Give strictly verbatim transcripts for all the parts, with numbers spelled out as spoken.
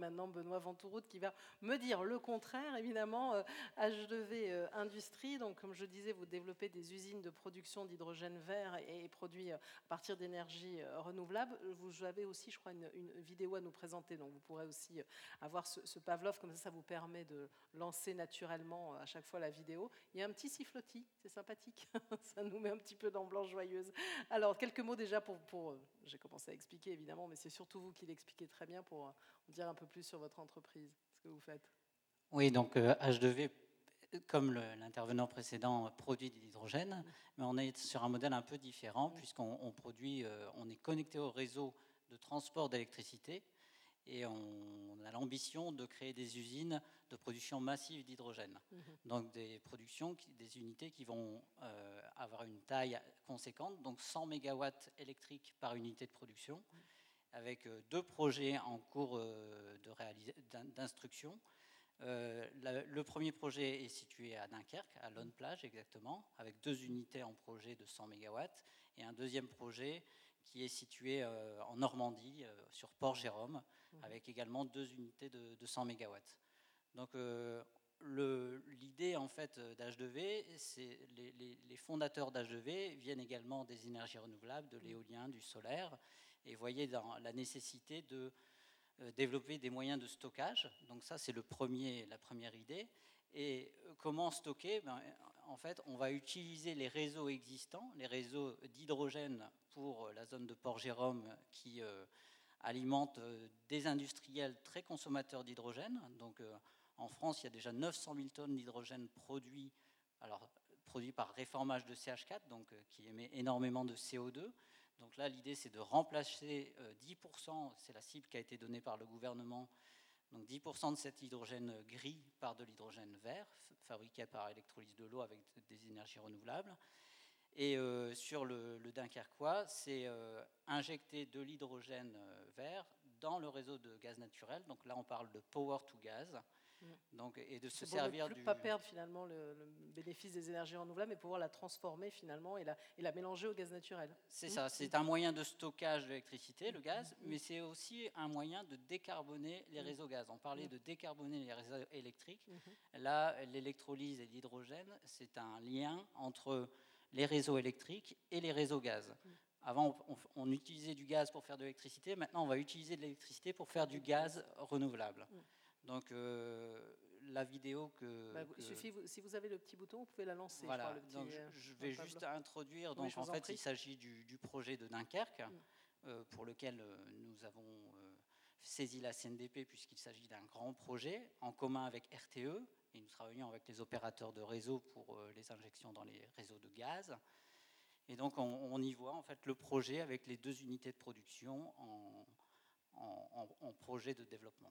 maintenant Benoît Ventouroute qui va me dire le contraire. Évidemment, euh, H deux V euh, Industrie, donc comme je disais, vous développez des usines de production d'hydrogène vert et, et produits à partir d'énergie euh, renouvelable. Vous avez aussi, je crois, une, une vidéo à nous présenter, donc vous pourrez aussi avoir ce, ce Pavlov, comme ça, ça vous permet de lancer naturellement à chaque fois la vidéo. Il y a un petit sifflotis, c'est sympathique, ça nous met un petit peu d'ambiance joyeuse. Alors, quelques mots déjà pour, pour j'ai commencé à expliquer évidemment, mais c'est surtout vous qui l'expliquez très bien pour dire un peu plus sur votre entreprise, ce que vous faites. Oui, donc euh, H deux V, comme l'intervenant précédent, produit de l'hydrogène, mmh. mais on est sur un modèle un peu différent, mmh. puisqu'on on produit, euh, on est connecté au réseau de transport d'électricité, et on a l'ambition de créer des usines de production massive d'hydrogène. Mmh. Donc des productions, des unités qui vont euh, avoir une taille conséquente, donc cent mégawatts électriques par unité de production, mmh. avec deux projets en cours euh, d'instruction. Euh, la, le premier projet est situé à Dunkerque, à Lonne-Plage exactement, avec deux unités en projet de cent mégawatts, et un deuxième projet qui est situé euh, en Normandie, euh, sur Port-Jérôme, mmh. avec également deux unités de, de cent mégawatts. Donc euh, l'idée en fait d'H deux V, c'est les, les, les fondateurs d'H deux V viennent également des énergies renouvelables, de l'éolien, du solaire, et voyaient dans la nécessité de développer des moyens de stockage. Donc ça, c'est le premier, la première idée. Et comment stocker? Ben, en fait, on va utiliser les réseaux existants, les réseaux d'hydrogène pour la zone de Port-Jérôme qui euh, alimente euh, des industriels très consommateurs d'hydrogène. Donc euh, en France, il y a déjà neuf cent mille tonnes d'hydrogène produits, alors, produits par réformage de C H quatre, donc, euh, qui émet énormément de C O deux. Donc là, l'idée, c'est de remplacer euh, dix pour cent, c'est la cible qui a été donnée par le gouvernement, donc dix pour cent de cet hydrogène gris par de l'hydrogène vert, fabriqué par électrolyse de l'eau avec des énergies renouvelables. Et euh, sur le, le Dunkerquois, c'est euh, injecter de l'hydrogène euh, vert dans le réseau de gaz naturel. Donc là, on parle de power to gas. Donc, et de se servir pour ne plus du... pas perdre finalement le, le bénéfice des énergies renouvelables, mais pouvoir la transformer finalement et la, et la mélanger au gaz naturel. C'est mmh. ça, c'est un moyen de stockage de l'électricité, le gaz, mmh. mais c'est aussi un moyen de décarboner les mmh. réseaux gaz. On parlait mmh. de décarboner les réseaux électriques. Mmh. Là, l'électrolyse et l'hydrogène, c'est un lien entre les réseaux électriques et les réseaux gaz. Mmh. Avant, on, on utilisait du gaz pour faire de l'électricité. Maintenant, on va utiliser de l'électricité pour faire du gaz renouvelable. Mmh. Donc, euh, la vidéo que... Bah, que... Il suffit, vous, si vous avez le petit bouton, vous pouvez la lancer. Voilà, je crois, le petit, donc je, je vais euh, juste introduire. Oui, donc, en fait, il s'agit du, du projet de Dunkerque, mmh. euh, pour lequel euh, nous avons euh, saisi la C N D P, puisqu'il s'agit d'un grand projet en commun avec R T E, et nous travaillons avec les opérateurs de réseau pour euh, les injections dans les réseaux de gaz. Et donc, on, on y voit en fait le projet avec les deux unités de production en, en, en, en projet de développement.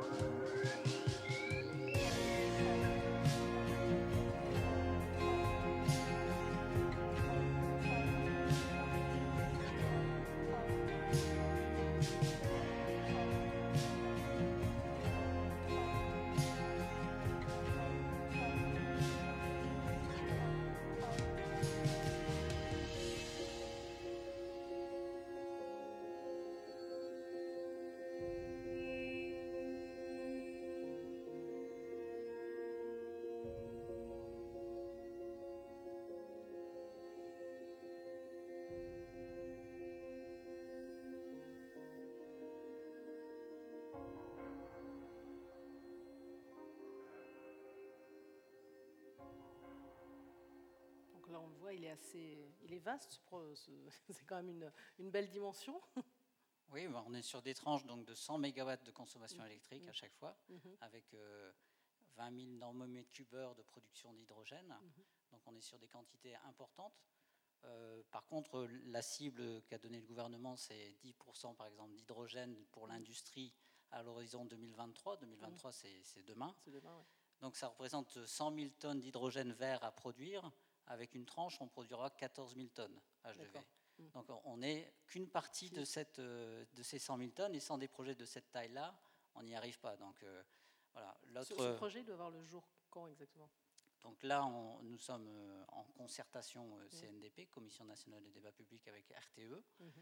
Là, on le voit, il est assez, il est vaste. C'est quand même une, une belle dimension. Oui, bah, on est sur des tranches donc, de cent mégawatts de consommation électrique mmh. à chaque fois, mmh. avec euh, vingt mille normomètres cubes heure de production d'hydrogène. Mmh. Donc on est sur des quantités importantes. Euh, par contre, la cible qu'a donnée le gouvernement, c'est dix pour cent par exemple d'hydrogène pour mmh. l'industrie à l'horizon deux mille vingt-trois. deux mille vingt-trois, mmh. c'est demain. demain ouais. Donc ça représente cent mille tonnes d'hydrogène vert à produire. Avec une tranche, on produira quatorze mille tonnes H deux V. Donc on n'est qu'une partie de, cette, de ces cent mille tonnes, et sans des projets de cette taille-là, on n'y arrive pas. Donc euh, voilà. Ce, ce projet doit voir le jour quand exactement? Donc là, on, nous sommes en concertation euh, C N D P, Commission nationale des débats publics, avec R T E. Mmh.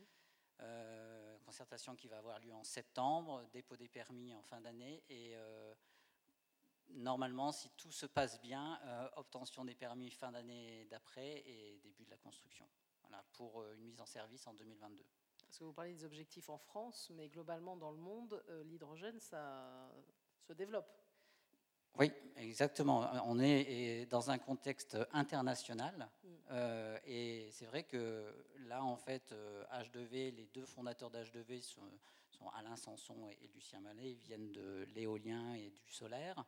Euh, concertation qui va avoir lieu en septembre, dépôt des permis en fin d'année, et euh, normalement, si tout se passe bien, euh, obtention des permis fin d'année d'après et début de la construction. Voilà, pour euh, une mise en service en deux mille vingt-deux. Parce que vous parlez des objectifs en France, mais globalement dans le monde, euh, l'hydrogène, ça se développe. Oui, exactement. On est dans un contexte international. Mm. Euh, et c'est vrai que là, en fait, H deux V, les deux fondateurs d'H deux V sont, sont Alain Sanson et Lucien Mallet, ils viennent de l'éolien et du solaire.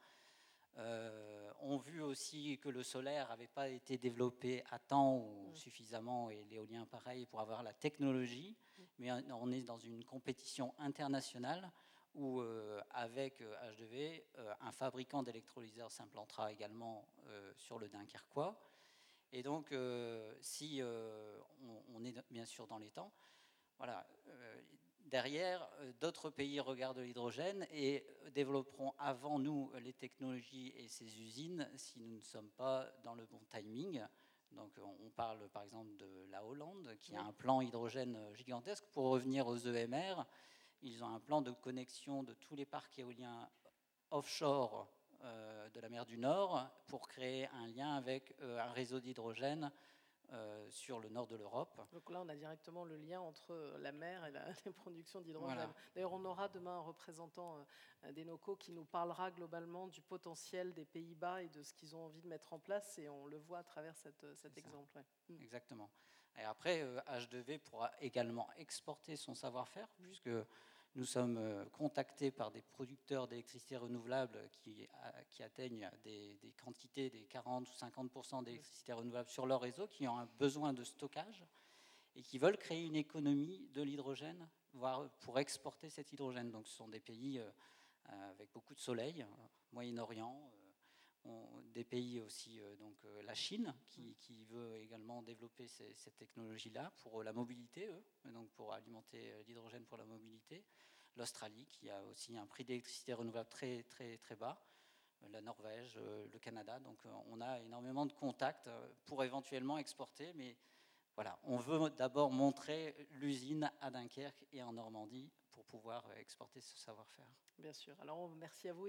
Euh, ont vu aussi que le solaire n'avait pas été développé à temps ou mmh. suffisamment, et l'éolien pareil, pour avoir la technologie, mmh. mais on est dans une compétition internationale où euh, avec H deux V, euh, un fabricant d'électrolyseurs s'implantera également euh, sur le Dunkerquois. Et donc, euh, si euh, on, on est bien sûr dans les temps, voilà. Euh, Derrière, d'autres pays regardent l'hydrogène et développeront avant nous les technologies et ces usines si nous ne sommes pas dans le bon timing. Donc on parle par exemple de la Hollande qui a un plan hydrogène gigantesque. Pour revenir aux E M R, ils ont un plan de connexion de tous les parcs éoliens offshore euh, de la mer du Nord pour créer un lien avec euh, un réseau d'hydrogène Euh, sur le nord de l'Europe. Donc là, on a directement le lien entre la mer et la, les productions d'hydrogène. Voilà. D'ailleurs, on aura demain un représentant euh, d'Enoco qui nous parlera globalement du potentiel des Pays-Bas et de ce qu'ils ont envie de mettre en place, et on le voit à travers cette, cet exemple. Ouais. Exactement. Et après, euh, H deux V pourra également exporter son savoir-faire, mmh. puisque nous sommes euh, contactés par des producteurs d'électricité renouvelable qui, a, qui atteignent des, des quantités des quarante ou cinquante pour cent d'électricité renouvelable sur leur réseau, qui ont un besoin de stockage et qui veulent créer une économie de l'hydrogène, voire pour exporter cet hydrogène. Donc ce sont des pays euh, avec beaucoup de soleil, euh, Moyen-Orient, euh, on, des pays aussi, euh, donc euh, la Chine, qui, qui veut également développer ces, cette technologie-là pour la mobilité, eux, donc pour alimenter l'hydrogène pour la mobilité. L'Australie, qui a aussi un prix d'électricité renouvelable très, très, très bas. La Norvège, le Canada. Donc on a énormément de contacts pour éventuellement exporter, mais voilà, on veut d'abord montrer l'usine à Dunkerque et en Normandie pour pouvoir exporter ce savoir-faire. Bien sûr. Alors merci à vous.